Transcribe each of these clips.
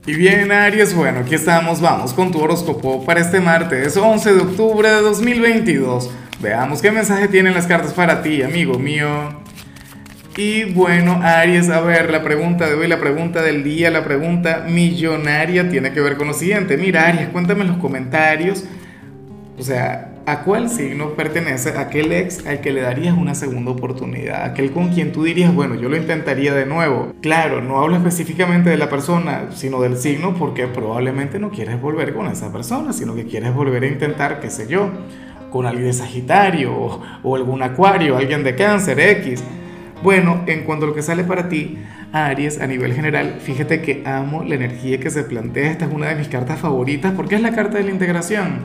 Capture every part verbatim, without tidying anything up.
Y bien, Aries, bueno, aquí estamos, vamos con tu horóscopo para este martes once de octubre de dos mil veintidós. Veamos qué mensaje tienen las cartas para ti, amigo mío. Y bueno, Aries, a ver, la pregunta de hoy, la pregunta del día, la pregunta millonaria tiene que ver con lo siguiente. Mira, Aries, cuéntame en los comentarios, o sea, ¿a cuál signo pertenece aquel ex al que le darías una segunda oportunidad? Aquel con quien tú dirías, bueno, yo lo intentaría de nuevo. Claro, no hablo específicamente de la persona, sino del signo, porque probablemente no quieres volver con esa persona, sino que quieres volver a intentar, qué sé yo, con alguien de Sagitario o, o algún Acuario, alguien de Cáncer, X. Bueno, en cuanto a lo que sale para ti, Aries, a nivel general, fíjate que amo la energía que se plantea. Esta es una de mis cartas favoritas porque es la carta de la integración.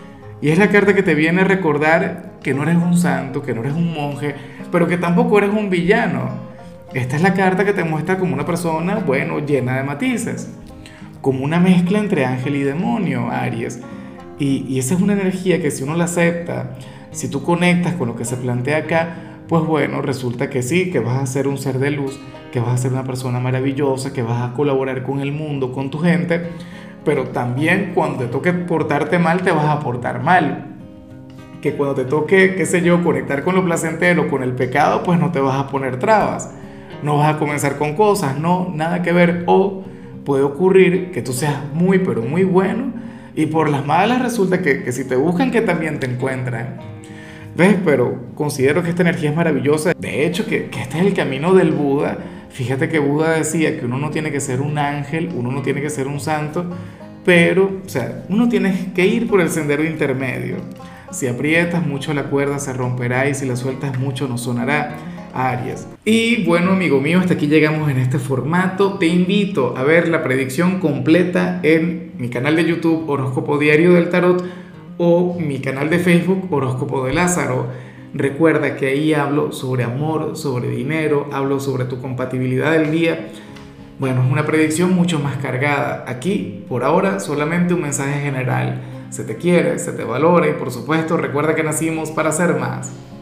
Y es la carta que te viene a recordar que no eres un santo, que no eres un monje, pero que tampoco eres un villano. Esta es la carta que te muestra como una persona, bueno, llena de matices, como una mezcla entre ángel y demonio, Aries. Y, y esa es una energía que si uno la acepta, si tú conectas con lo que se plantea acá, pues bueno, resulta que sí, que vas a ser un ser de luz, que vas a ser una persona maravillosa, que vas a colaborar con el mundo, con tu gente, pero también cuando te toque portarte mal, te vas a portar mal. Que cuando te toque, qué sé yo, conectar con lo placentero, con el pecado, pues no te vas a poner trabas. No vas a comenzar con cosas, no, nada que ver. O puede ocurrir que tú seas muy, pero muy bueno y por las malas resulta que, que si te buscan, que también te encuentran. ¿Ves? Pero considero que esta energía es maravillosa. De hecho, que, que este es el camino del Buda. Fíjate que Buda decía que uno no tiene que ser un ángel, uno no tiene que ser un santo, pero, o sea, uno tiene que ir por el sendero intermedio. Si aprietas mucho la cuerda se romperá y si la sueltas mucho no sonará, Aries. Y bueno, amigo mío, hasta aquí llegamos en este formato. Te invito a ver la predicción completa en mi canal de YouTube Horóscopo Diario del Tarot o mi canal de Facebook Horóscopo de Lázaro. Recuerda que ahí hablo sobre amor, sobre dinero, hablo sobre tu compatibilidad del día. Bueno, es una predicción mucho más cargada. Aquí, por ahora, solamente un mensaje general. Se te quiere, se te valora y por supuesto recuerda que nacimos para ser más.